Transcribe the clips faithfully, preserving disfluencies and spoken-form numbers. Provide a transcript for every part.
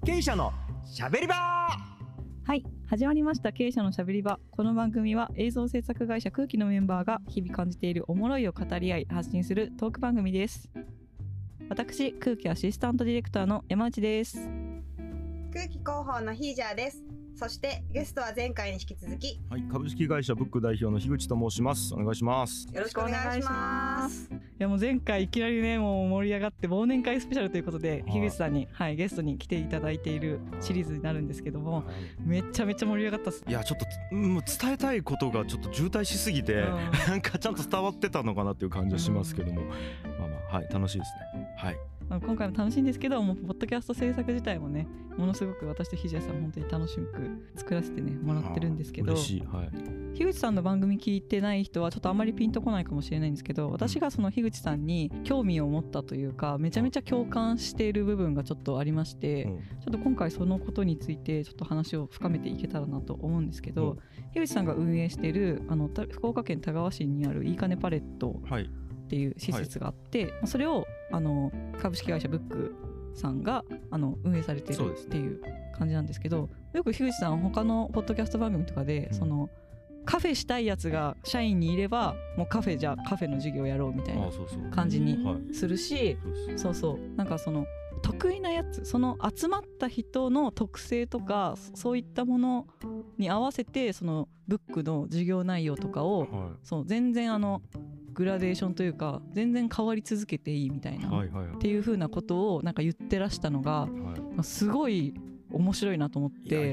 経営者のしゃべり場。 はい、始まりました経営者のしゃべり場。この番組は映像制作会社空気のメンバーが日々感じているおもろいを語り合い発信するトーク番組です。私、空気アシスタントディレクターの山内です。 空気広報のヒージャーです。そしてゲストは前回に引き続き、 はい、株式会社ブック代表の樋口と申します。お願いします。 よろしくお願いします。 いやもう前回いきなりねもう盛り上がって忘年会スペシャルということで樋口さんに、はい、ゲストに来ていただいているシリーズになるんですけども、はい、めちゃめちゃ盛り上がったっす。 いやちょっともう伝えたいことがちょっと渋滞しすぎて、うん、なんかちゃんと伝わってたのかなっていう感じはしますけども、うん、まあまあはい楽しいですね。はい。 今回も楽しいんですけどもうポッドキャスト制作自体もねものすごく私とひじやさん本当に楽しく作らせてねもらってるんですけど、 嬉しい、はい、 樋口さんの番組聞いてない人はちょっとあんまりピンとこないかもしれないんですけど、私がその樋口さんに興味を持ったというかめちゃめちゃ共感している部分がちょっとありまして、うん、ちょっと今回そのことについてちょっと話を深めていけたらなと思うんですけど、うん、樋口さんが運営しているあの福岡県田川市にあるいいかねパレット、はいっていう施設があって、はい、それをあの株式会社ブックさんがあの運営されているっていう感じなんですけど、よく樋口さん他のポッドキャスト番組とかで、うん、そのカフェしたいやつが社員にいればもうカフェじゃカフェの授業やろうみたいな感じにするし、そうそうなんかその得意なやつその集まった人の特性とかそういったものに合わせてそのブックの授業内容とかを、はい、そう全然あのグラデーションというか全然変わり続けていいみたいな、はいはいはい、っていう風なことをなんか言ってらしたのが、はい、すごい面白いなと思って。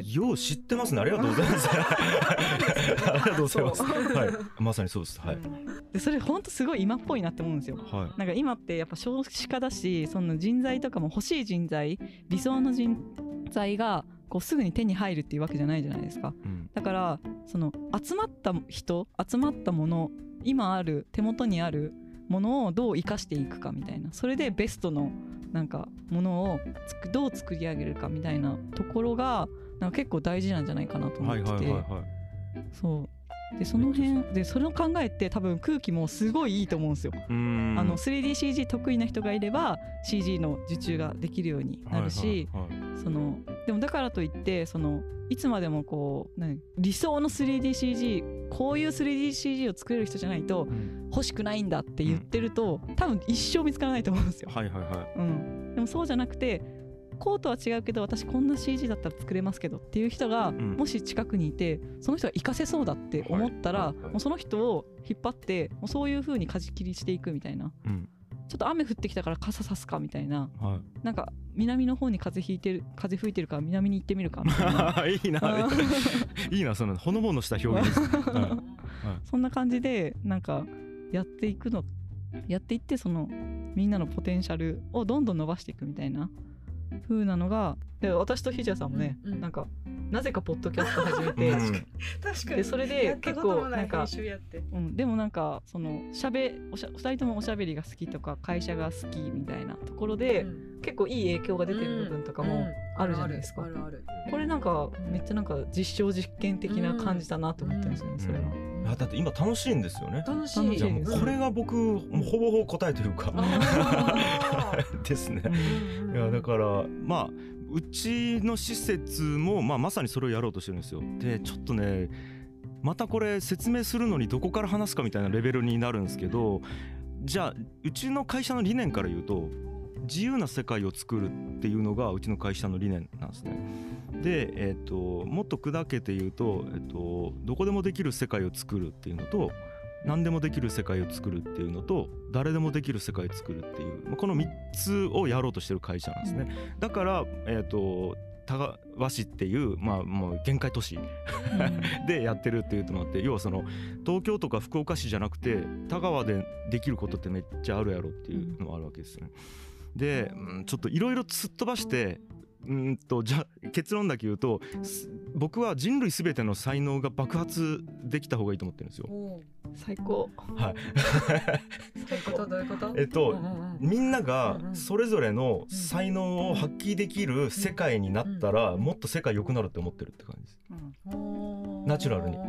いやよう知ってますね。ありがとうございますありがとうございます、はい、まさにそうです、はい、 でそれ本当すごい今っぽいなって思うんですよ、はい、なんか今ってやっぱ少子化だしその人材とかも欲しい人材理想の人材がこうすぐに手に入るっていうわけじゃないじゃないですか、うん、だからその集まった人集まったもの今ある手元にあるものをどう生かしていくかみたいな、それでベストのなんかものをどう作り上げるかみたいなところがなんか結構大事なんじゃないかなと思ってて、はいはいはいはい、そうでその辺でそれを考えて多分空気もすごいいいと思うんですよ。あの スリーディーシージー 得意な人がいれば シージー の受注ができるようになるし、はいはいはい、そのでもだからといってそのいつまでもこう、ね、理想の スリーディーシージー こういう スリーディーシージー を作れる人じゃないと欲しくないんだって言ってると、うん、多分一生見つからないと思うんですよ、はいはいはいうん、でもそうじゃなくてこうとは違うけど私こんな シージー だったら作れますけどっていう人がもし近くにいてその人が活かせそうだって思ったら、はいはいはい、もうその人を引っ張ってもうそういう風に舵切りしていくみたいな、うんちょっと雨降ってきたから傘さすかみたいな、はい、なんか南の方に風吹いてる風吹いてるから南に行ってみるかみたいないいないいなそのほのぼのした表現です、はいはい、 そんな感じでなんかやっていくのやっていってそのみんなのポテンシャルをどんどん伸ばしていくみたいな風なのがで私とひじやさんもね、うんうん、なんかなぜかポッドキャスト始めて確かに確かにでそれで結構なんかうん、でもなんかそのしゃべおしゃふたりともおしゃべりが好きとか会社が好きみたいなところで、うん、結構いい影響が出てる部分とかもあるじゃないですか、うんうん、あるあるあるこれなんかめっちゃなんか実証実験的な感じだなと思ってるんですよね、うん、それは、 うん、だって今楽しいんですよね。 楽しい。 じゃあもうこれが僕もうほぼほぼ答えというかですね、うん、いやだからまあうちの施設も、まあ、まさにそれをやろうとしてるんですよ。でちょっとねまたこれ説明するのにどこから話すかみたいなレベルになるんですけど、じゃあうちの会社の理念から言うと自由な世界を作るっていうのがうちの会社の理念なんですね。で、えー、ともっと砕けて言うと、えー、とどこでもできる世界を作るっていうのと何でもできる世界を作るっていうのと誰でもできる世界を作るっていうこのみっつをやろうとしてる会社なんですね。だから、えー、と田川市っていう、まあ、もう限界都市でやってるっていうのもあって、要はその東京とか福岡市じゃなくて田川でできることってめっちゃあるやろっていうのがあるわけですね。でちょっといろいろすっ飛ばしてうんとじゃ結論だけ言うと僕は人類すべての才能が爆発できた方がいいと思ってるんですよ。 最高。 はい。どういうことどういうこと？ えっと、うんうんうん、みんながそれぞれの才能を発揮できる世界になったらもっと世界良くなるって思ってるって感じです。うん、ナチュラルに。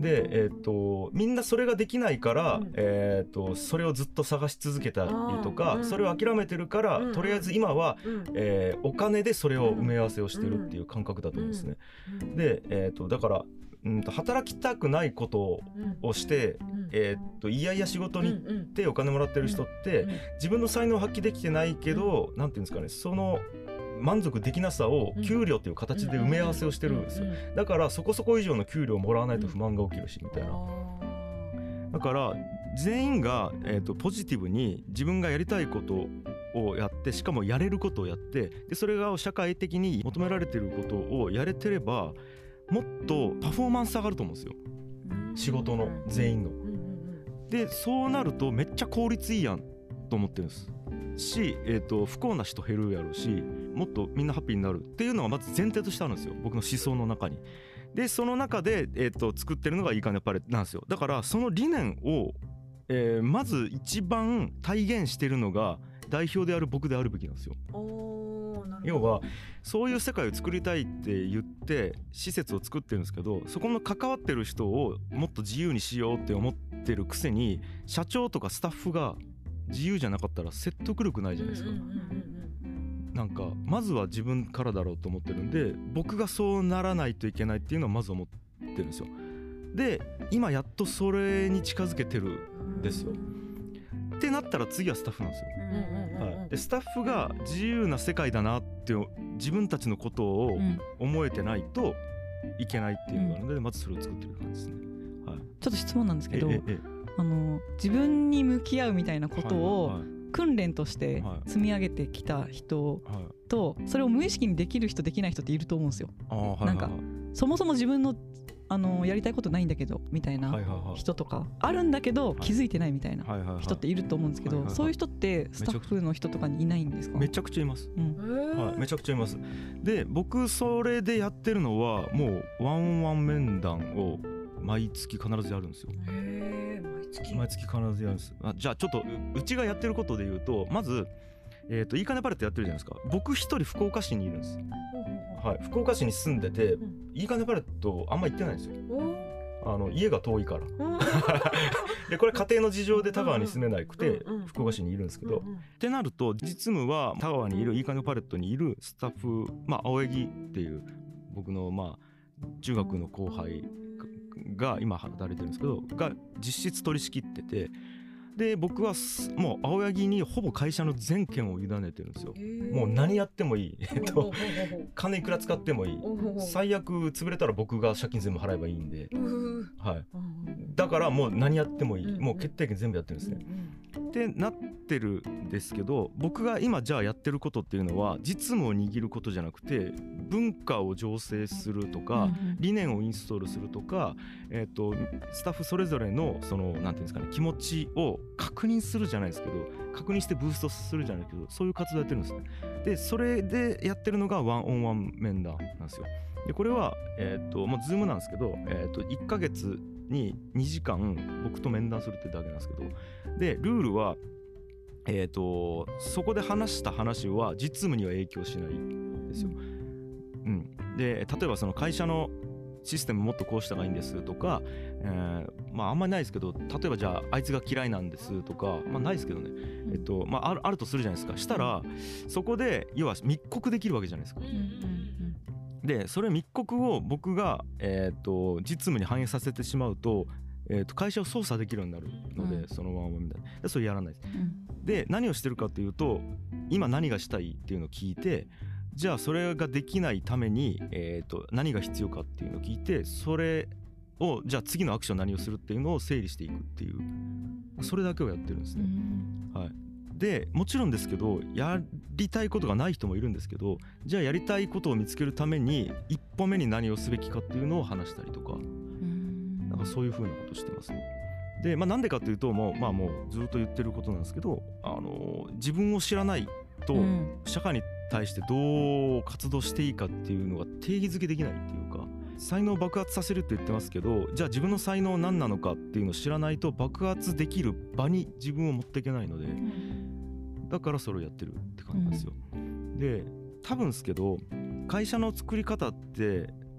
で、えー、とみんなそれができないから、うん、えー、とそれをずっと探し続けたりとか、うん、それを諦めてるから、うん、とりあえず今は、うん、えー、お金でそれを埋め合わせをしてるっていう感覚だと思うんですね、うん、で、えー、とだからうんと働きたくないことをして、うんえー、っといやいや仕事に行ってお金もらってる人って、うんうん、自分の才能を発揮できてないけど、うん、なんていうんですかね、その満足できなさを給料という形で埋め合わせをしてるんですよ。だからそこそこ以上の給料をもらわないと不満が起きるしみたいな。だから全員が、えー、っとポジティブに自分がやりたいことをやって、しかもやれることをやって、でそれが社会的に求められていることをやれてればもっとパフォーマンス上がると思うんですよ、仕事の全員の。でそうなるとめっちゃ効率いいやんと思ってるんですし、えー、と不幸な人減るやろうし、もっとみんなハッピーになるっていうのがまず前提としてあるんですよ、僕の思想の中に。でその中で、えー、と作ってるのがいいかねパレなんですよ。だからその理念を、えー、まず一番体現してるのが代表である僕であるべきなんですよ。要はそういう世界を作りたいって言って施設を作ってるんですけど、そこの関わってる人をもっと自由にしようって思ってるくせに、社長とかスタッフが自由じゃなかったら説得力ないじゃないですか。なんかまずは自分からだろうと思ってるんで、僕がそうならないといけないっていうのはまず思ってるんですよ。で今やっとそれに近づけてるんですよ。ってなったら次はスタッフなんですよ、はい、でスタッフが自由な世界だなって自分たちのことを思えてないといけないっていうのがあるので、うん、まずそれを作ってる感じですね、はい、ちょっと質問なんですけど、えええあの自分に向き合うみたいなことを訓練として積み上げてきた人と、それを無意識にできる人できない人っていると思うんですよ。なんかそもそも自分のあのやりたいことないんだけどみたいな人とかあるんだけど気づいてないみたいな人っていると思うんですけど、そういう人ってスタッフの人とかにいないんですか？ めちゃくちゃいます、うんはい、めちゃくちゃいます。で僕それでやってるのはもうワンオンワン面談を毎月必ずやるんですよ。 へー、毎月毎月必ずやるんです。あじゃあちょっと う, うちがやってることで言うと、まずえーといいかねパレットやってるじゃないですか。僕一人福岡市にいるんです、はい、福岡市に住んでて、うん、いいかねパレットあんま行ってないんですよ。あの家が遠いからでこれ家庭の事情で田川に住めなくて福岡市にいるんですけど、ってなると実務は田川にいるいいかねパレットにいるスタッフ、まあ青柳っていう僕のまあ中学の後輩が今働いてるんですけどが実質取り仕切ってて、で僕はもう青柳にほぼ会社の全権を委ねてるんですよ。もう何やってもいい、えっと、金いくら使ってもいい、最悪潰れたら僕が借金全部払えばいいんで、はい、だからもう何やってもいい、もう決定権全部やってるんですねってなってるんですけど、僕が今じゃあやってることっていうのは実務を握ることじゃなくて文化を醸成するとか、理念をインストールするとか、えーと、スタッフそれぞれのそのなんていうんですかね、気持ちを確認するじゃないですけど、確認してブーストするじゃないけど、そういう活動やってるんですね。でそれでやってるのがワンオンワン面談なんですよ。でこれはえっ、ー、ともうズームなんですけど、えっ、ー、といっかげつににじかん僕と面談するってだけなんですけど、でルールはえっ、ー、とそこで話した話は実務には影響しないんですよ。うん、で例えばその会社のシステムもっとこうした方がいいんですとか、えー、まああんまりないですけど、例えばじゃああいつが嫌いなんですとか、まあないですけどね、えっとまあある、あるとするじゃないですか。したらそこで要は密告できるわけじゃないですか。でそれ密告を僕が、えー、と実務に反映させてしまうと、えー、と会社を操作できるようになるので、うん、そのままみたいな、それやらないです、うん、で何をしてるかっていうと、今何がしたいっていうのを聞いて、じゃあそれができないために、えー、と何が必要かっていうのを聞いて、それをじゃあ次のアクション何をするっていうのを整理していくっていう、それだけをやってるんですね、うん、はい。でもちろんですけど、やりたいことがない人もいるんですけど、じゃあやりたいことを見つけるために一歩目に何をすべきかっていうのを話したりとか、なんかそういう風なことしてますね。で、まあ、なんでかっていうと、もう、まあ、もうずっと言ってることなんですけど、あの自分を知らないと社会に対してどう活動していいかっていうのが定義づけできないっていうか、才能を爆発させるって言ってますけど、じゃあ自分の才能何なのかっていうのを知らないと爆発できる場に自分を持っていけないので、だからそれをやってるって感じなんですよ、うん、で多分ですけど会社の作り方って、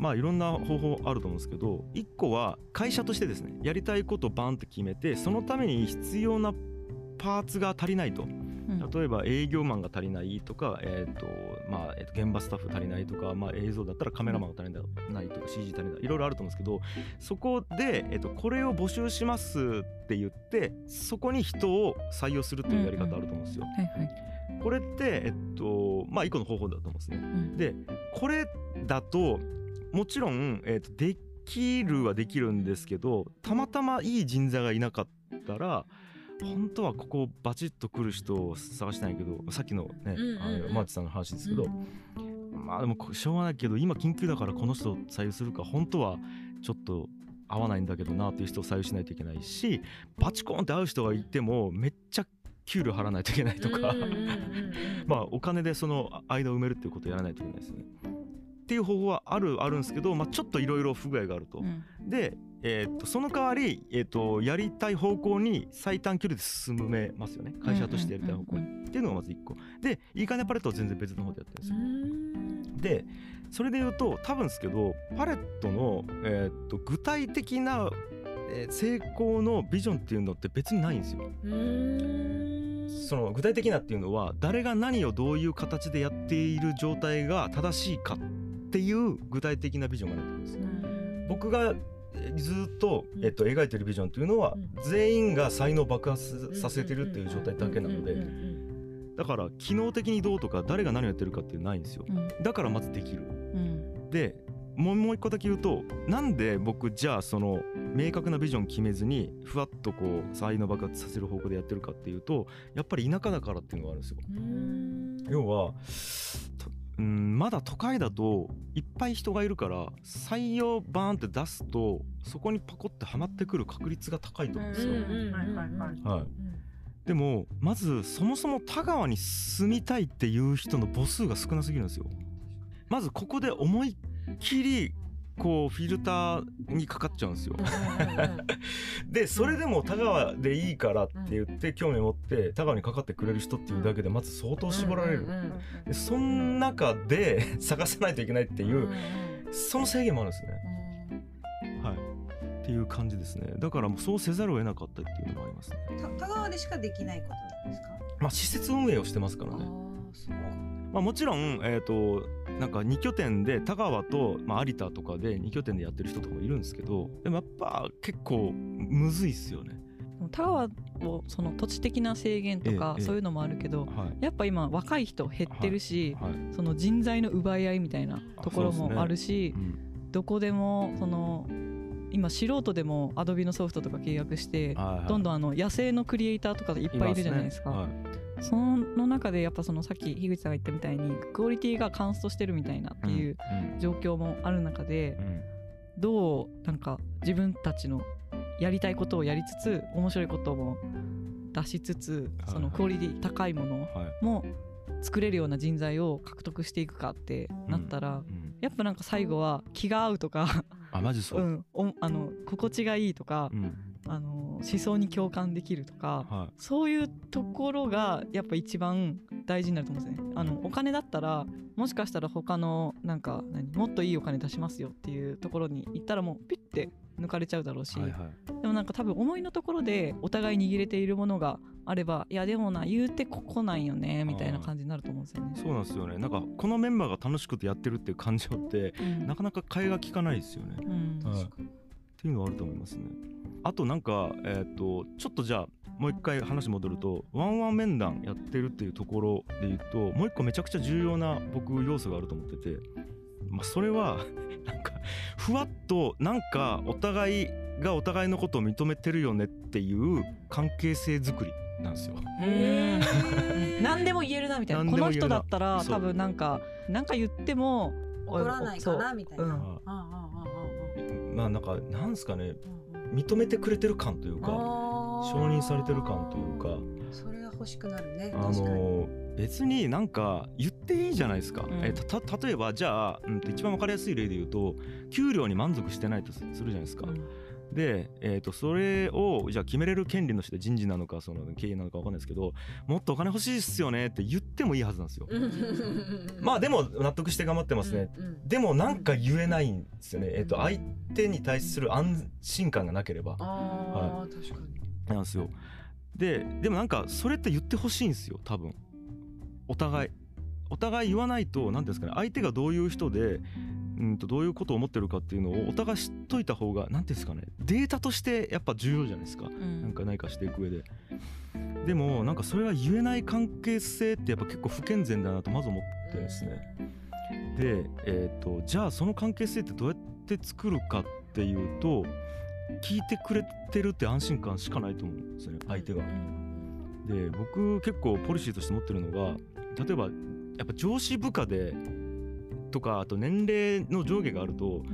まあいろんな方法あると思うんですけど、いっこは会社としてですね、やりたいことをバンと決めて、そのために必要なパーツが足りないと、例えば営業マンが足りないとか、えーとまあ、えーと現場スタッフ足りないとか、まあ、映像だったらカメラマンが足りないとか シージー 足りない、いろいろあると思うんですけど、そこで、えーとこれを募集しますって言ってそこに人を採用するっていうやり方あると思うんですよ。これって、えっとまあ、一個の方法だと思うんですね。うん、でこれだともちろん、えーとできるはできるんですけど、たまたまいい人材がいなかったら本当はここバチッと来る人を探したいんやけど、さっきのね、うんうんうん、あのマーチさんの話ですけど、うん、まあでもしょうがないけど今緊急だからこの人を採用するか、本当はちょっと合わないんだけどなっていう人を採用しないといけないし、バチコーンって会う人がいてもめっちゃ給料払わないといけないとかまあお金でその間を埋めるっていうことをやらないといけないですねっていう方法はあるあるんですけど、まあ、ちょっといろいろ不具合があると、うん、で、えー、とその代わり、えー、とやりたい方向に最短距離で進めますよね、会社としてやりたい方向に、うんうんうんうん、っていうのがまずいっこで、いいかねパレットは全然別の方でやってるんですよ。でそれで言うと多分ですけどパレットの、えー、と具体的な、えー、成功のビジョンっていうのって別にないんですよ。うーん、その具体的なっていうのは誰が何をどういう形でやっている状態が正しいかっていう具体的なビジョンがないと思うんですよ。僕がずっと、えっと、描いてるビジョンというのは、うん、全員が才能を爆発させてるっていう状態だけなので、だから機能的にどうとか誰が何をやってるかっていうのないんですよ、うん、だからまずできる、うん、でもうもう一個だけ言うと、なんで僕じゃあその明確なビジョン決めずにふわっとこう才能爆発させる方向でやってるかっていうと、やっぱり田舎だからっていうのがあるんですよ。うーん、要はうん、まだ都会だといっぱい人がいるから採用バーンって出すとそこにパコってはまってくる確率が高いと思うんですよ。はい。でもまずそもそも田川に住みたいっていう人の母数が少なすぎるんですよ。まずここで思いっきりこうフィルターにかかっちゃうんですよでそれでも田川でいいからって言って興味を持って田川にかかってくれる人っていうだけでまず相当絞られる。でその中で探さないといけないっていうその制限もあるんですね。はいっていう感じですね。だからもうそうせざるを得なかったっていうのもありますね。 田川でしかできないことなんですか？ まあ施設運営をしてますからね。まあ、もちろん、えーと、なんかに拠点で田川と、まあ、有田とかでに拠点でやってる人とかもいるんですけど、でもやっぱ結構むずいっすよね。 田川をその土地的な制限とか、ええ、そういうのもあるけど、はい、やっぱ今若い人減ってるし、はいはい、その人材の奪い合いみたいなところもあるし、ね、うん、どこでもその今素人でもアドビのソフトとか契約して、はいはい、どんどんあの野生のクリエイターとかいっぱいいるじゃないですか。いますね。はい、その中でやっぱそのさっき樋口さんが言ったみたいにクオリティがカンストしてるみたいなっていう状況もある中で、うんうん、どうなんか自分たちのやりたいことをやりつつ面白いことも出しつつ、そのクオリティ高いものも作れるような人材を獲得していくかってなったら、うんうん、やっぱなんか最後は気が合うとかあマジそう、うん、 おあの心地がいいとか、うん、あの思想に共感できるとか、はい、そういうところがやっぱ一番大事になると思うんですね。あのお金だったらもしかしたら他のなんか何もっといいお金出しますよっていうところに行ったらもうピッて抜かれちゃうだろうし、はいはい、でもなんか多分思いのところでお互い握れているものがあれば、いやでもな言うてここなんよねみたいな感じになると思うんですよね。 そうなんですよね。なんかこのメンバーが楽しくてやってるっていう感情って、うん、なかなか替えが利かないですよね、うん、はい、っていうのはあると思いますね。あとなんか、えー、とちょっとじゃあもう一回話戻ると、ワンワン面談やってるっていうところで言うと、もう一個めちゃくちゃ重要な僕要素があると思ってて、まあ、それはなんかふわっとなんかお互いがお互いのことを認めてるよねっていう関係性作りなんですよ。 へー何でも言えるなみたいな。この人だったら多分なんかなんか言っても怒らないかなみたいな、うん、 まあなんかなんですかね、認めてくれてる感というか承認されてる感というか、 それが欲しくなるね。 あの別になんか言っていいじゃないですか、うん、えたた例えばじゃあ、うん、一番分かりやすい例で言うと給料に満足してないとするじゃないですか、うん、 で、えー、とそれをじゃあ決めれる権利の人で人事なのかその経営なのか分かんないですけど、もっとお金欲しいっすよねって言ってもいいはずなんですよまあでも納得して頑張ってますね、うんうん、でもなんか言えないんですよね、えー、と相手に対する安心感がなければ、 あ、はい、確かになんですよ。ででもなんかそれって言ってほしいんですよ多分。お互いお互い言わないと何ですかね、相手がどういう人でうんとどういうことを思ってるかっていうのをお互い知っといた方が何ていうんですかね、データとしてやっぱ重要じゃないですか、うん、なんか何かしていく上で。でもなんかそれは言えない関係性ってやっぱ結構不健全だなとまず思ってですね。で、えーと、じゃあその関係性ってどうやって作るかっていうと、聞いてくれてるって安心感しかないと思うんですよね、相手が。で僕結構ポリシーとして持ってるのが、例えばやっぱ上司部下でとか、あと年齢の上下があると、うん、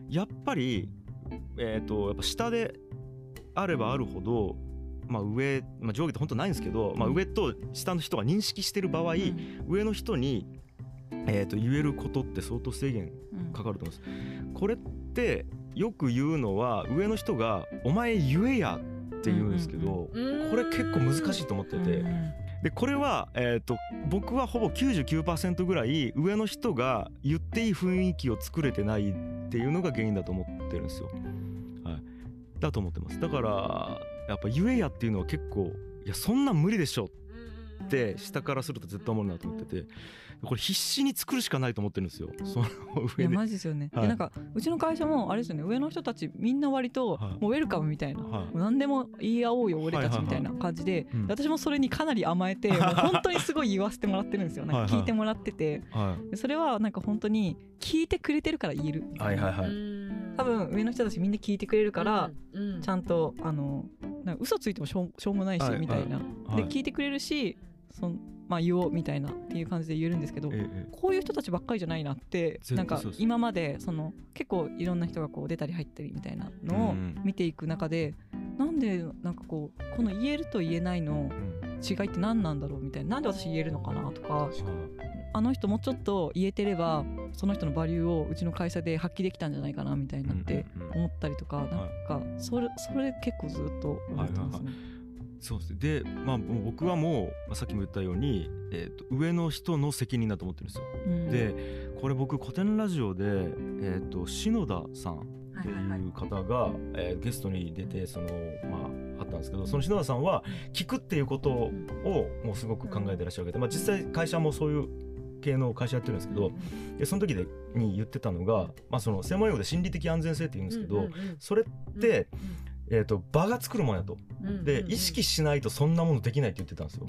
やっぱり、えーと、やっぱ下であればあるほど、まあ上まあ、上下って本当ないんですけど、まあ、上と下の人が認識してる場合、うん、上の人に、えーと、言えることって相当制限かかると思います、うん、これってよく言うのは上の人がお前言えやって言うんですけど、うんうんうん、これ結構難しいと思ってて、うんうん、でこれは、えーと、僕はほぼ きゅうじゅうきゅうパーセント ぐらい上の人が言っていい雰囲気を作れてないっていうのが原因だと思ってるんですよ、はい、だと思ってます。だからやっぱ言えやっていうのは結構、いやそんなん無理でしょって下からすると絶対思うなと思ってて、これ必死に作るしかないと思ってるんですよ、その上で。いやマジですよね、はい、でなんかうちの会社もあれですよね、上の人たちみんな割ともうウェルカムみたいな、はい、もう何でも言い合おうよ俺たちみたいな感じで、はいはいはい、私もそれにかなり甘えて、もう本当にすごい言わせてもらってるんですよ。なんか聞いてもらってて、はい、それはなんか本当に聞いてくれてるから言えるみたいな、はいはいはい、多分上の人たちみんな聞いてくれるから、うんうん、ちゃんとあのなんか嘘ついてもしょう、しょうもないし、はい、みたいな、はい、で聞いてくれるし、そのまあ言おうみたいなっていう感じで言えるんですけど、ええ、こういう人たちばっかりじゃないなって、なんか今までその結構いろんな人がこう出たり入ったりみたいなのを見ていく中で、うん、なんでなんかこうこの言えると言えないの違いって何なんだろうみたいな、なんで私言えるのかなとか、あの人もうちょっと言えてればその人のバリューをうちの会社で発揮できたんじゃないかなみたいなって思ったりとか、なんかそれそれ結構ずっと思ってますね。 そうです。で、まあ、僕はもう、まあ、さっきも言ったように、えーと、上の人の責任だと思ってるんですよ、うん、でこれ僕古典ラジオで、えーと、篠田さんっていう方が、はいはいはい、えー、ゲストに出てその、まあ、あったんですけど、その篠田さんは聞くっていうことをもうすごく考えてらっしゃるわけで、まあ、実際会社もそういう系の会社やってるんですけど、でその時でに言ってたのが、まあ、その専門用語で心理的安全性って言うんですけど、うんうんうん、それって、うんうん、えーと、場が作るもんやと、うんうんうん、で意識しないとそんなものできないって言ってたんですよ、うん、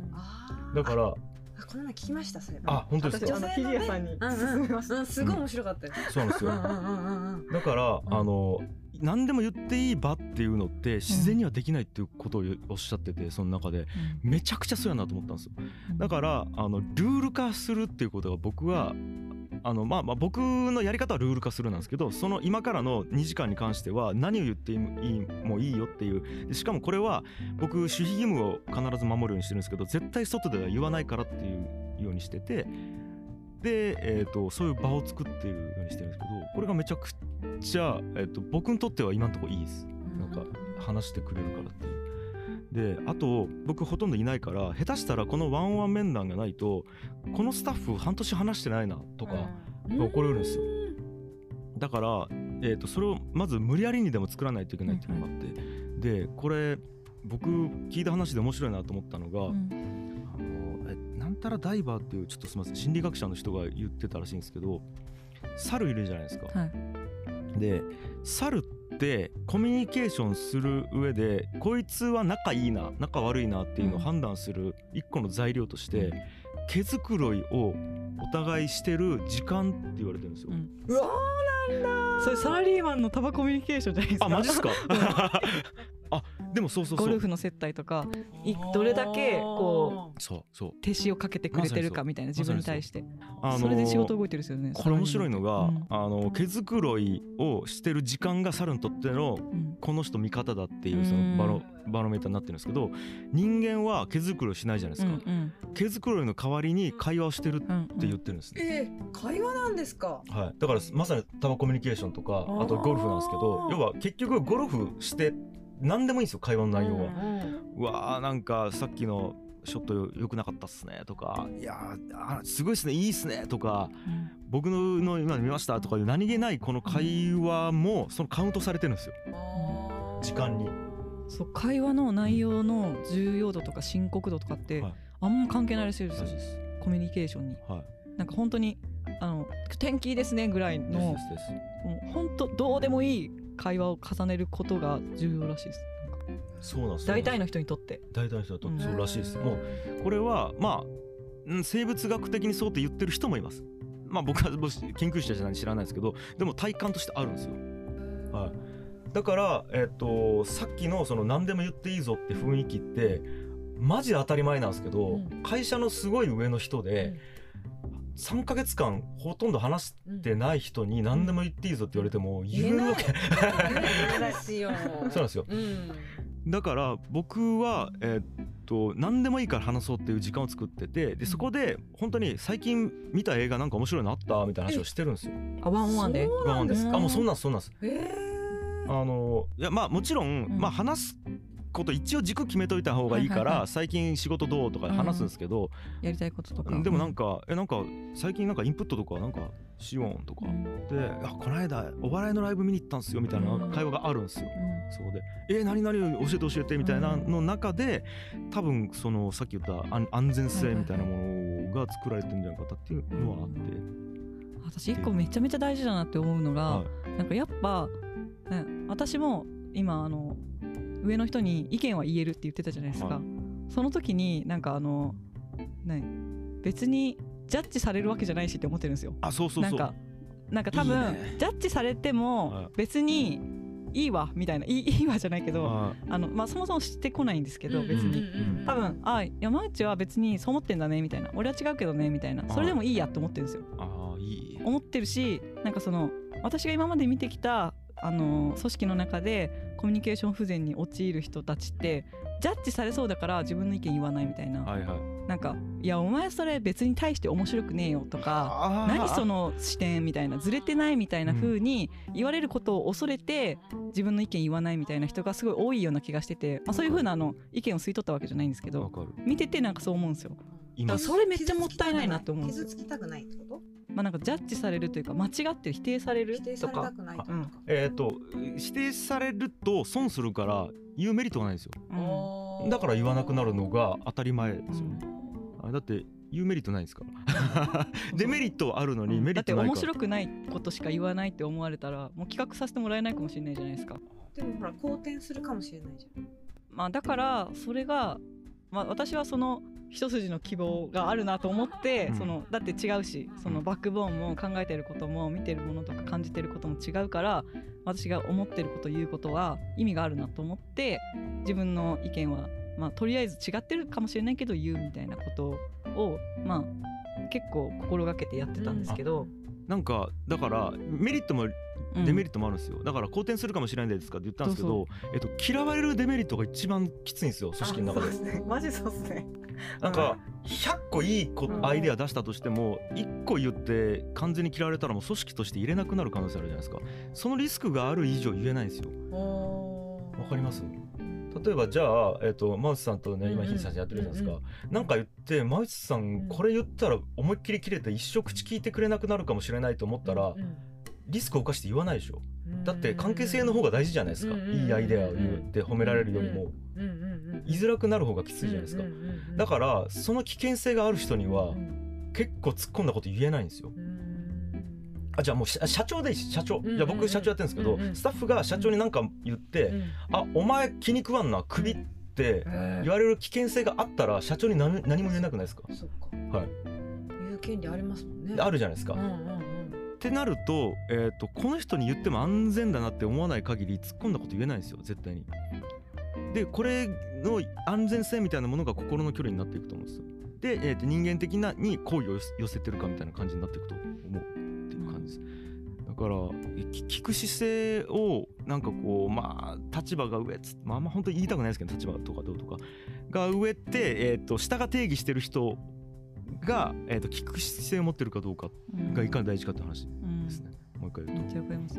だからこの前聞きましたそれ。 あ、本当ですか。 私あのフィギュアさんに勧めました、 うんうん、すごい面白かったです、 うん、そうなんですよだから、うん、あの何でも言っていい場っていうのって自然にはできないっていうことをおっしゃってて、その中でめちゃくちゃそうやなと思ったんですよ。だからあのルール化するっていうことが僕はあのまあまあ僕のやり方はルール化するなんですけど、その今からのにじかんに関しては何を言っていいもいいよっていう、でしかもこれは僕守秘義務を必ず守るようにしてるんですけど、絶対外では言わないからっていうようにしてて、で、えーと、そういう場を作っているようにしてるんですけど、これがめちゃくちゃ、えーと、僕にとっては今のところいいです。なんか話してくれるからっていう。であと僕ほとんどいないから、下手したらこのワンオンワン面談がないとこのスタッフ半年話してないなとか起こるんですよ。だから、えーと、それをまず無理やりにでも作らないといけないっていうのがあって、でこれ僕聞いた話で面白いなと思ったのが、うん、あのえなんたらダイバーっていうちょっとすみません心理学者の人が言ってたらしいんですけど、猿いるじゃないですか、はい、で猿ってコミュニケーションする上でこいつは仲いいな仲悪いなっていうのを判断する一個の材料として、うん、毛づくろいをお互いしてる時間って言われてるんですよ、うん、 そうなんだ。 それサラリーマンのタバコミュニケーションじゃないですか。 あ、マジっすかあでもそうそうそう、 ゴルフの接待とかどれだけこうそうそう手塩をかけてくれてるかみたいな、自分に対して、 まそれで仕事動いてるんですよね。 これ面白いのが、うん、あの毛づくろいをしてる時間が猿にとってのこの人味方だっていうそのバロ、バロメーターになってるんですけど、人間は毛づくろいしないじゃないですか、うんうん、毛づくろいの代わりに会話をしてるって言ってるんですね、 うんうん、えー、会話なんですか。 はい、だからまさにタバコミュニケーションとか、あとゴルフなんですけど、要は結局ゴルフして何でもいいんですよ、会話の内容は、うんうん、うわーなんかさっきのショット良くなかったっすねとか、いやーすごいっすね、いいっすねとか、うん、僕のの今見ましたとかいう何気ないこの会話もそのカウントされてるんですよ、うん、時間に。 そう、会話の内容の重要度とか深刻度とかって、はい、あんま関係ないらしいですよ、コミュニケーションに、はい、なんか本当にあの天気いいですねぐらいのもう本当どうでもいい会話を重ねることが重要らしいです。 そうなんです。 大体の人にとって大体の人にとってそうらしいです、うん、もうこれはまあ生物学的にそうって言ってる人もいます。まあ僕は研究者じゃない知らないですけど、でも体感としてあるんですよ、はい、だから、えー、とさっきのその何でも言っていいぞって雰囲気ってマジで当たり前なんですけど、うん、会社のすごい上の人で、うん、さんかげつかんほとんど話してない人に何でも言っていいぞって言われても言えるわけ、 言えないですよ。 そうなんですよ、うん、だから僕は、えー、っと何でもいいから話そうっていう時間を作ってて、でそこで本当に最近見た映画なんか面白いのあったみたいな話をしてるんですよ。 あ、ワンオンワンでそうなんですか。 あ、もうそんなんですそんなんです、 えー、あのいやまあもちろん、うん、まあ話すこと一応軸決めといた方がいいから、はいはいはい、最近仕事どうとか話すんですけど、 うん、やりたいこととかでもなんか、えなんか最近なんかインプットとかなんかしようとか、うん、であこの間お笑いのライブ見に行ったんですよみたいな会話があるんですよ、うん、そこでえ何々教えて教えてみたいなの中で、多分そのさっき言った安全性みたいなものが作られてるんじゃないかっていうのはあって、 私一個めちゃめちゃ大事だなって思うのが、はい、なんかやっぱ、ね、私も今あの上の人に意見は言えるって言ってたじゃないですか、はい、その時になんかあの、ね、別にジャッジされるわけじゃないしって思ってるんですよ。 あ、そうそうそう、 なんか、なんか多分いい、ね、ジャッジされても別にいいわみたいな、いい、いいわじゃないけど、あの、まあ、そもそもしてこないんですけど、別に多分あ山内は別にそう思ってんだねみたいな、俺は違うけどねみたいな、それでもいいやって思ってるんですよ。 あ、いい思ってるし、なんかその私が今まで見てきたあの組織の中でコミュニケーション不全に陥る人たちってジャッジされそうだから自分の意見言わないみたいな、はいはい、なんかいやお前それ別に対して面白くねえよとか、何その視点みたいな、ずれてないみたいな風に言われることを恐れて自分の意見言わないみたいな人がすごい多いような気がしてて、まあ、そういう風なあの意見を吸い取ったわけじゃないんですけど、見ててなんかそう思うんですよ。だからそれめっちゃもったいないなって思うんですよ。 傷つきたくないってこと？ まあ、なんかジャッジされるというか間違ってる、否定されるとか、否定されたくないとか、うん、 えー、と否定されると損するから言うメリットがないんですよ、うん、だから言わなくなるのが当たり前ですよね、うん、だって言うメリットないんですからデメリットあるのにメリットないから、 だって面白くないことしか言わないって思われたらもう企画させてもらえないかもしれないじゃないですか。 でもほら好転するかもしれないじゃん、 まあ、だからそれが、まあ、私はその一筋の希望があるなと思って、うん、そのだって違うし、そのバックボーンも考えてることも見てるものとか感じてることも違うから、私が思ってること言うことは意味があるなと思って、自分の意見は、まあ、とりあえず違ってるかもしれないけど言うみたいなことを、まあ、結構心がけてやってたんですけど、うん、 なんかだからメリットもデメリットもあるんですよ、うん、だから好転するかもしれないですかって言ったんですけど、そうそう、えっと、嫌われるデメリットが一番きついんですよ、組織の中で。 そうですね、マジそうですね。 なんかひゃっこいいこアイデア出したとしてもいっこ言って完全に嫌われたらもう組織として入れなくなる可能性あるじゃないですか。そのリスクがある以上言えないんですよ。わかります？例えばじゃあ、えーと、マウスさんとね今ヒデさんやってるじゃないですか、うんうん、なんか言ってマウスさんこれ言ったら思いっきり切れて一生口聞いてくれなくなるかもしれないと思ったら、うんうん、リスクを冒して言わないでしょ。だって関係性の方が大事じゃないですか、うんうん、いいアイデアを言って褒められるよりも言いづらくなる方がきついじゃないですか。だからその危険性がある人には結構突っ込んだこと言えないんですよ。あ、じゃあもう社長でいいし、社長、じゃあ僕社長やってるんですけど、スタッフが社長に何か言って、あ、お前気に食わんな、クビって言われる危険性があったら社長に 何, 何も言えなくないですか？ そっか、はい、言う権利ありますもんね。 あるじゃないですか、うんうんうん、ってなると、えーと、この人に言っても安全だなって思わない限り突っ込んだこと言えないんですよ、絶対に。 でこれの安全性みたいなものが心の距離になっていくと思うんですよ。で、えー、と人間的なに好意を寄せてるかみたいな感じになっていくと思うっていう感じです。だから聞く姿勢をなんかこうまあ立場が上っつって、まあ、あんま本当に言いたくないですけど立場とかどうとかが上って、えー、と下が定義してる人が、えー、と聞く姿勢を持ってるかどうかがいかに大事かって話ですね、うん、もう一回言うとめっちゃわかります、 うん、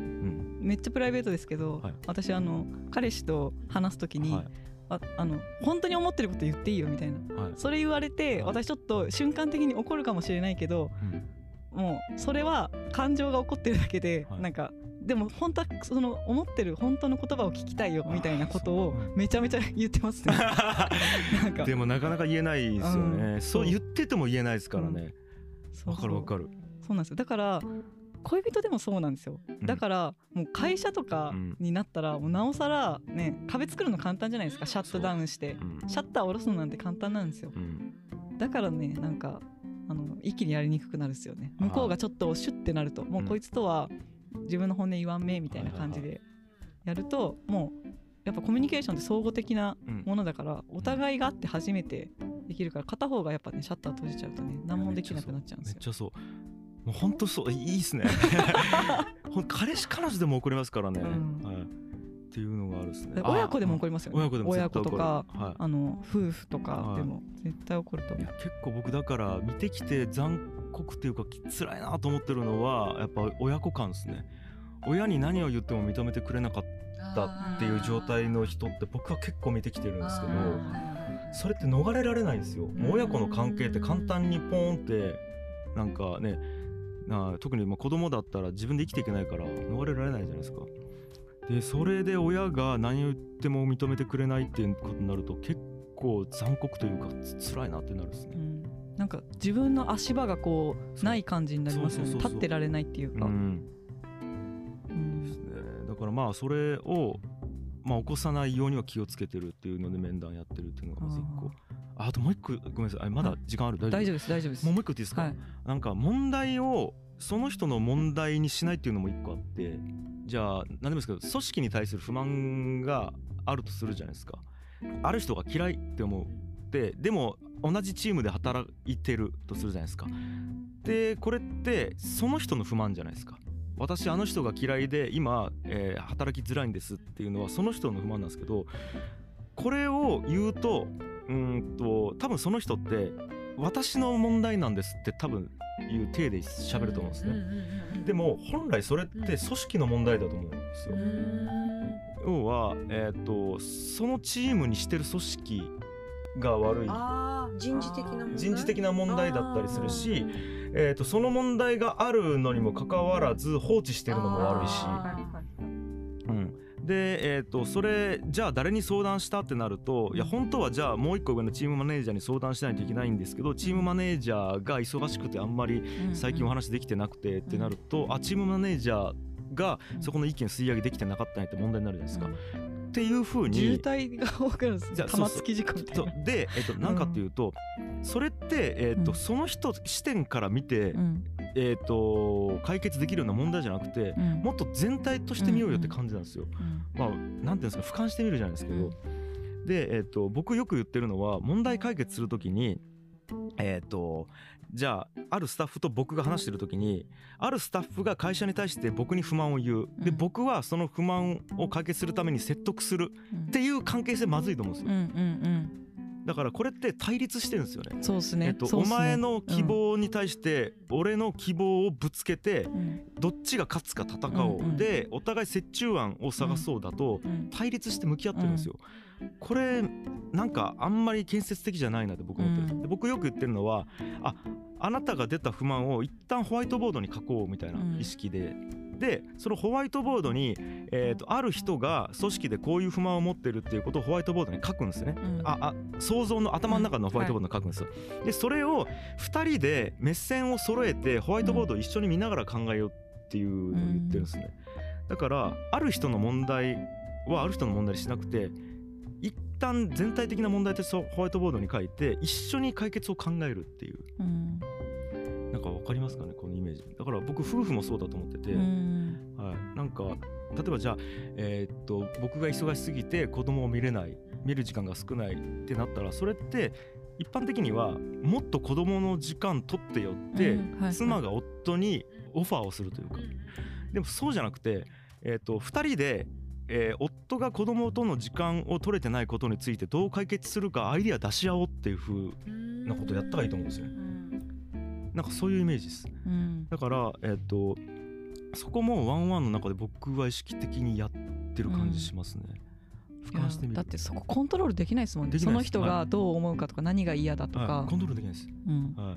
めっちゃプライベートですけど、はい、私あの彼氏と話すときに、はい、あ, あの本当に思ってること言っていいよみたいな、はい、それ言われて、はい、私ちょっと瞬間的に怒るかもしれないけど、うん、もうそれは感情が起こってるだけで、はい、なんかでも本当はその思ってる本当の言葉を聞きたいよみたいなことをめちゃめちゃ言ってますねなんかでもなかなか言えないですよね、うん、そう言ってても言えないですからね、わ、うん、かるわかる。 そうなんですよ。だから恋人でもそうなんですよ。だからもう会社とかになったらもうなおさらね壁作るの簡単じゃないですか。シャットダウンしてシャッター下ろすのなんて簡単なんですよ。だからねなんかあの一気にやりにくくなるんですよね。向こうがちょっとシュッてなるともうこいつとは自分の本音言わんめみたいな感じでやるともうやっぱコミュニケーションって相互的なものだからお互いがあって初めてできるから片方がやっぱねシャッター閉じちゃうとね何もできなくなっちゃうんですよ。 めっちゃそうもう本当そういいっすね彼氏彼女でも怒りますからね、うんはい、っていうのがあるっすね。 親子でも怒りますよね。 親子でも親子とか、はい、あの夫婦とかでも絶対怒ると思う。 いや結構僕だから見てきて残酷っていうか辛いなと思ってるのはやっぱ親子間ですね。親に何を言っても認めてくれなかったっていう状態の人って僕は結構見てきてるんですけどそれって逃れられないんですよ。もう親子の関係って簡単にポーンってなんかねな特にまあ子供だったら自分で生きていけないから逃れられないじゃないですか。でそれで親が何を言っても認めてくれないっていうことになると結構残酷というか辛いなってなるですね、うん、 なんか自分の足場がこうない感じになりますよね。立ってられないっていうか、うんうんですね、だからまあそれを、まあ、起こさないようには気をつけてるっていうので面談やってるっていうのがまず一個。あ, あともう一個ごめんなさいまだ時間ある、 はい、大丈夫です大丈夫です。 もう一個言っていいですか、はい、なんか問題をその人の問題にしないっていうのも一個あってじゃあ何でもいいですけど組織に対する不満があるとするじゃないですか。ある人が嫌いって思ってでも同じチームで働いてるとするじゃないですか。でこれってその人の不満じゃないですか。私あの人が嫌いで今、えー、働きづらいんですっていうのはその人の不満なんですけどこれを言うとうんと多分その人って私の問題なんですって多分いう体で喋ると思うんですね。でも本来それって組織の問題だと思うんですよ。要は、えーと、そのチームにしてる組織が悪いあ人事的な問題人事的な問題だったりするし、えーと、その問題があるのにもかかわらず放置してるのも悪いし、うんでえー、とそれじゃあ誰に相談したってなるといや本当はじゃあもう一個上のチームマネージャーに相談しないといけないんですけどチームマネージャーが忙しくてあんまり最近お話できてなくてってなると、うんうん、あチームマネージャーがそこの意見吸い上げできてなかったねって問題になるじゃないですか、うん、っていう風に渋滞が多くなるんですね。玉突き事故みたいな。 そうそうで、えー、となんかっていうと、うん、それって、えーとうん、その人視点から見て、うんえー、と解決できるような問題じゃなくて、うん、もっと全体として見ようよって感じなんですよ、うんまあ、なんていうんですか俯瞰してみるじゃないですけど、うん、で、えー、と僕よく言ってるのは問題解決するときに、えー、とじゃああるスタッフと僕が話してるときにあるスタッフが会社に対して僕に不満を言うで僕はその不満を解決するために説得するっていう関係性まずいと思うんですよ、うんうんうんだからこれって対立してるんですよね。 そうですね、 えっと、お前の希望に対して俺の希望をぶつけて、うん、どっちが勝つか戦おう、うんうん、でお互い折衷案を探そうだと、うん、対立して向き合ってるんですよ、うん、これなんかあんまり建設的じゃないなって僕思ってる、うん、で僕よく言ってるのはああなたが出た不満を一旦ホワイトボードに書こうみたいな意識で、うんでそのホワイトボードに、えー、とある人が組織でこういう不満を持ってるっていうことをホワイトボードに書くんですね、うん、ああ想像の頭の中のホワイトボードに書くんです、うんはい、でそれをふたりで目線を揃えてホワイトボードを一緒に見ながら考えようっていうのを言ってるんですね、うん、だからある人の問題はある人の問題にしなくて一旦全体的な問題としてホワイトボードに書いて一緒に解決を考えるっていう、うんなんか分かりますかねこのイメージ。だから僕夫婦もそうだと思ってて、はい、なんか例えばじゃあ、えー、っと僕が忙しすぎて子供を見れない見る時間が少ないってなったら、それって一般的にはもっと子供の時間取ってよって、うんはいはい、妻が夫にオファーをするというか、でもそうじゃなくて、えーと、ふたりで、えー、夫が子供との時間を取れてないことについてどう解決するかアイディア出し合おうっていう風なことをやったらいいと思うんですよ。なんかそういうイメージです、うん、だから、えーと、そこもワンワンの中で僕は意識的にやってる感じしますね、うん、俯瞰してみる。 だってそこコントロールできないですもんね。その人がどう思うかとか何が嫌だとか、 はい、コントロールできないです、うんはい、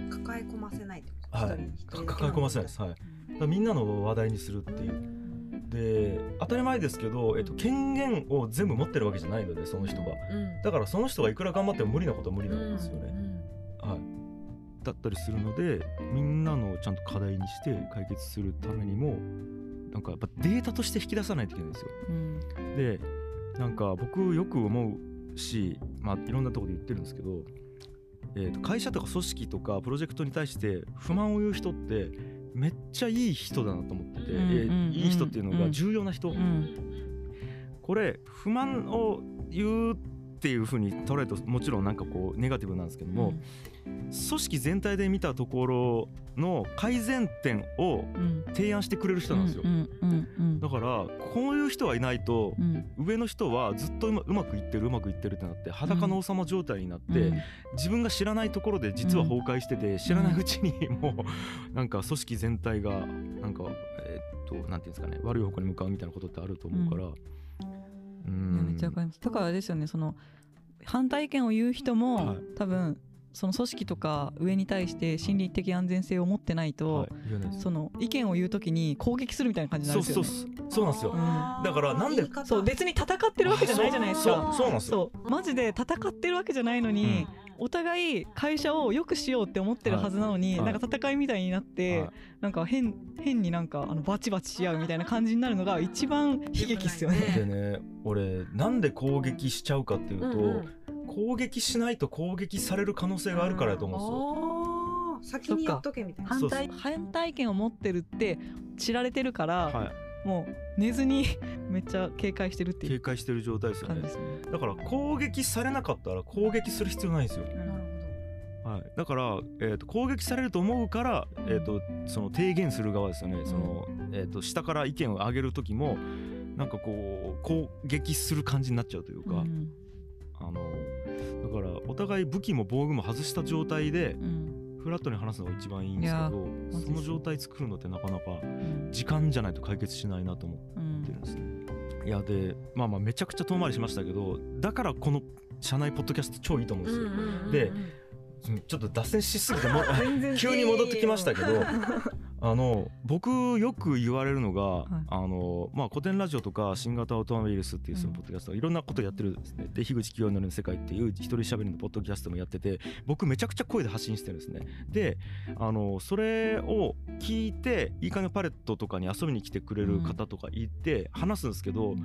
抱え込ませないってことはい、抱え込ませないです、はい、だからみんなの話題にするっていう。で当たり前ですけど、えっと、権限を全部持ってるわけじゃないのでその人が、うん、だからその人がいくら頑張っても無理なことは無理なんですよね、うんはい、だったりするのでみんなのちゃんと課題にして解決するためにもなんかやっぱデータとして引き出さないといけないんですよ、うん、でなんか僕よく思うし、まあ、いろんなところで言ってるんですけど、えーと、会社とか組織とかプロジェクトに対して不満を言う人ってめっちゃいい人だなと思ってて、うんうんうんえー、いい人っていうのが重要な人、うん、これ不満を言うっていう風に捉えるともちろんなんかこうネガティブなんですけども、うん、組織全体で見たところの改善点を提案してくれる人なんですよ、うんうんうんうん、だからこういう人はいないと、うん、上の人はずっとう ま, うまくいってるうまくいってるってなって裸の王様状態になって、うん、自分が知らないところで実は崩壊してて、うん、知らないうちにもうなんか組織全体がなんかえー、っとなんていうんですかね悪い方向に向かうみたいなことってあると思うから、うんうん、めっちゃわかります。だからですよね、その反対意見を言う人も、はい、多分その組織とか上に対して心理的安全性を持ってないと、はい、その意見を言うときに攻撃するみたいな感じになるんですよね。 そうそうそうなんですよ、うん、だからなんでそう別に戦ってるわけじゃないじゃないですか。 そうそうなんですよ。 そうマジで戦ってるわけじゃないのに、うん、お互い会社を良くしようって思ってるはずなのに、はい、なんか戦いみたいになって、はい、なんか 変, 変になんかあのバチバチし合うみたいな感じになるのが一番悲劇っすよね。 でね、俺なんで攻撃しちゃうかっていうと、うんうん攻撃しないと攻撃される可能性があるからだと思うんですよ。 先に言っとけみたいな。 反対、反対意見を持ってるって知られてるから、はい、もう寝ずにめっちゃ警戒してるっていう警戒してる状態ですよね。だから攻撃されなかったら攻撃する必要ないんですよ。なるほど、はい、だから、えーと、攻撃されると思うから、えーと、その提言する側ですよね、うんそのえーと、下から意見を上げる時もなんかこう攻撃する感じになっちゃうというか、うんあのだからお互い武器も防具も外した状態でフラットに話すのが一番いいんですけど、うん、その状態作るのってなかなか時間じゃないと解決しないなと思ってるんですね、うん、いやでまあまあめちゃくちゃ遠回りしましたけど、だからこの社内ポッドキャスト超いいと思うんですよ、うんうんうんうん、でちょっと脱線しすぎても急に戻ってきましたけどあの僕よく言われるのが、はいあのまあ、古典ラジオとか新型オートモビルスっていうそのポッドキャスト、うん、いろんなことやってるんですね。で樋口清則の世界っていう一人喋りのポッドキャストもやってて、僕めちゃくちゃ声で発信してるんですね。であのそれを聞いていいかねパレットとかに遊びに来てくれる方とかいて話すんですけど、うん、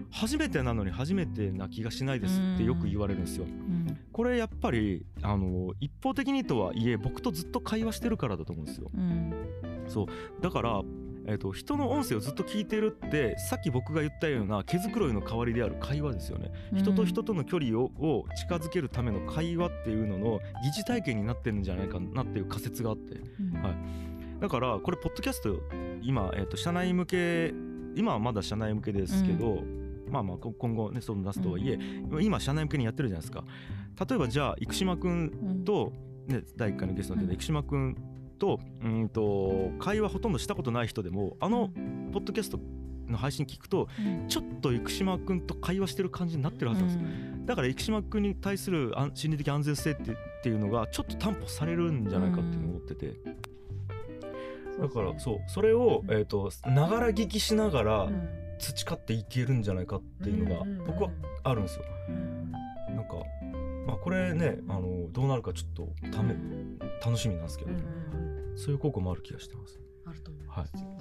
初めてなのに初めてな気がしないですってよく言われるんですよ、うん、これやっぱりあの一方的にとはいえ僕とずっと会話してるからだと思うんですよ、うんそうだから、えーと、人の音声をずっと聞いてるってさっき僕が言ったような毛づくろいの代わりである会話ですよね、うん、人と人との距離 を, を近づけるための会話っていうのの疑似体験になってるんじゃないかなっていう仮説があって、うんはい、だからこれポッドキャスト今、えーと、社内向け今はまだ社内向けですけど、うん、まあまあ今後ね外に出すとはいえ、うん、今社内向けにやってるじゃないですか。例えばじゃあ生島くんと、ね、だいいっかいのゲストの生島くんとうんと会話ほとんどしたことない人でもあのポッドキャストの配信聞くと、うん、ちょっと生島くんと会話してる感じになってるはずなんですよ、うん、だから生島くんに対する心理的安全性ってっていうのがちょっと担保されるんじゃないかって思ってて、うん、だからそうそれをえっとながら聞きしながら培っていけるんじゃないかっていうのが僕はあるんですよ、うん、なんかまあこれねあのどうなるかちょっとため楽しみなんですけど、うんそういう効果もある気がしてます。 あると思います。はい。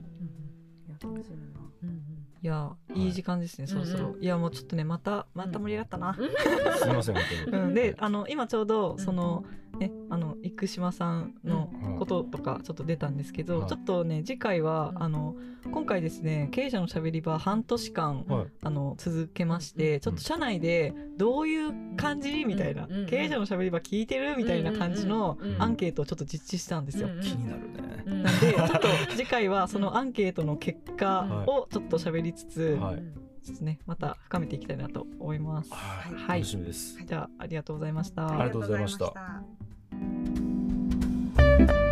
いやいい時間ですね、はい、そろそろ、うんうん、いやもうちょっとねまたまた盛り上がったな、 うん、すいません本当に、 うん、であの今ちょうどその、ね、あの生島さんのこととかちょっと出たんですけど、 はい、 ちょっとね次回は、うん、あの今回ですね経営者のしゃべり場半年間、はい、あの続けまして、うん、ちょっと社内でどういう感じみたいな、うん、経営者のしゃべり場聞いてるみたいな感じのアンケートをちょっと実施したんですよ、うんうん、 気になるね。 なんでちょっと次回はそのアンケートの結果をちょっとしゃべりつつ、はいちょっとね、また深めていきたいなと思います。 はい、はい、楽しみです。 じゃあありがとうございました。 ありがとうございました。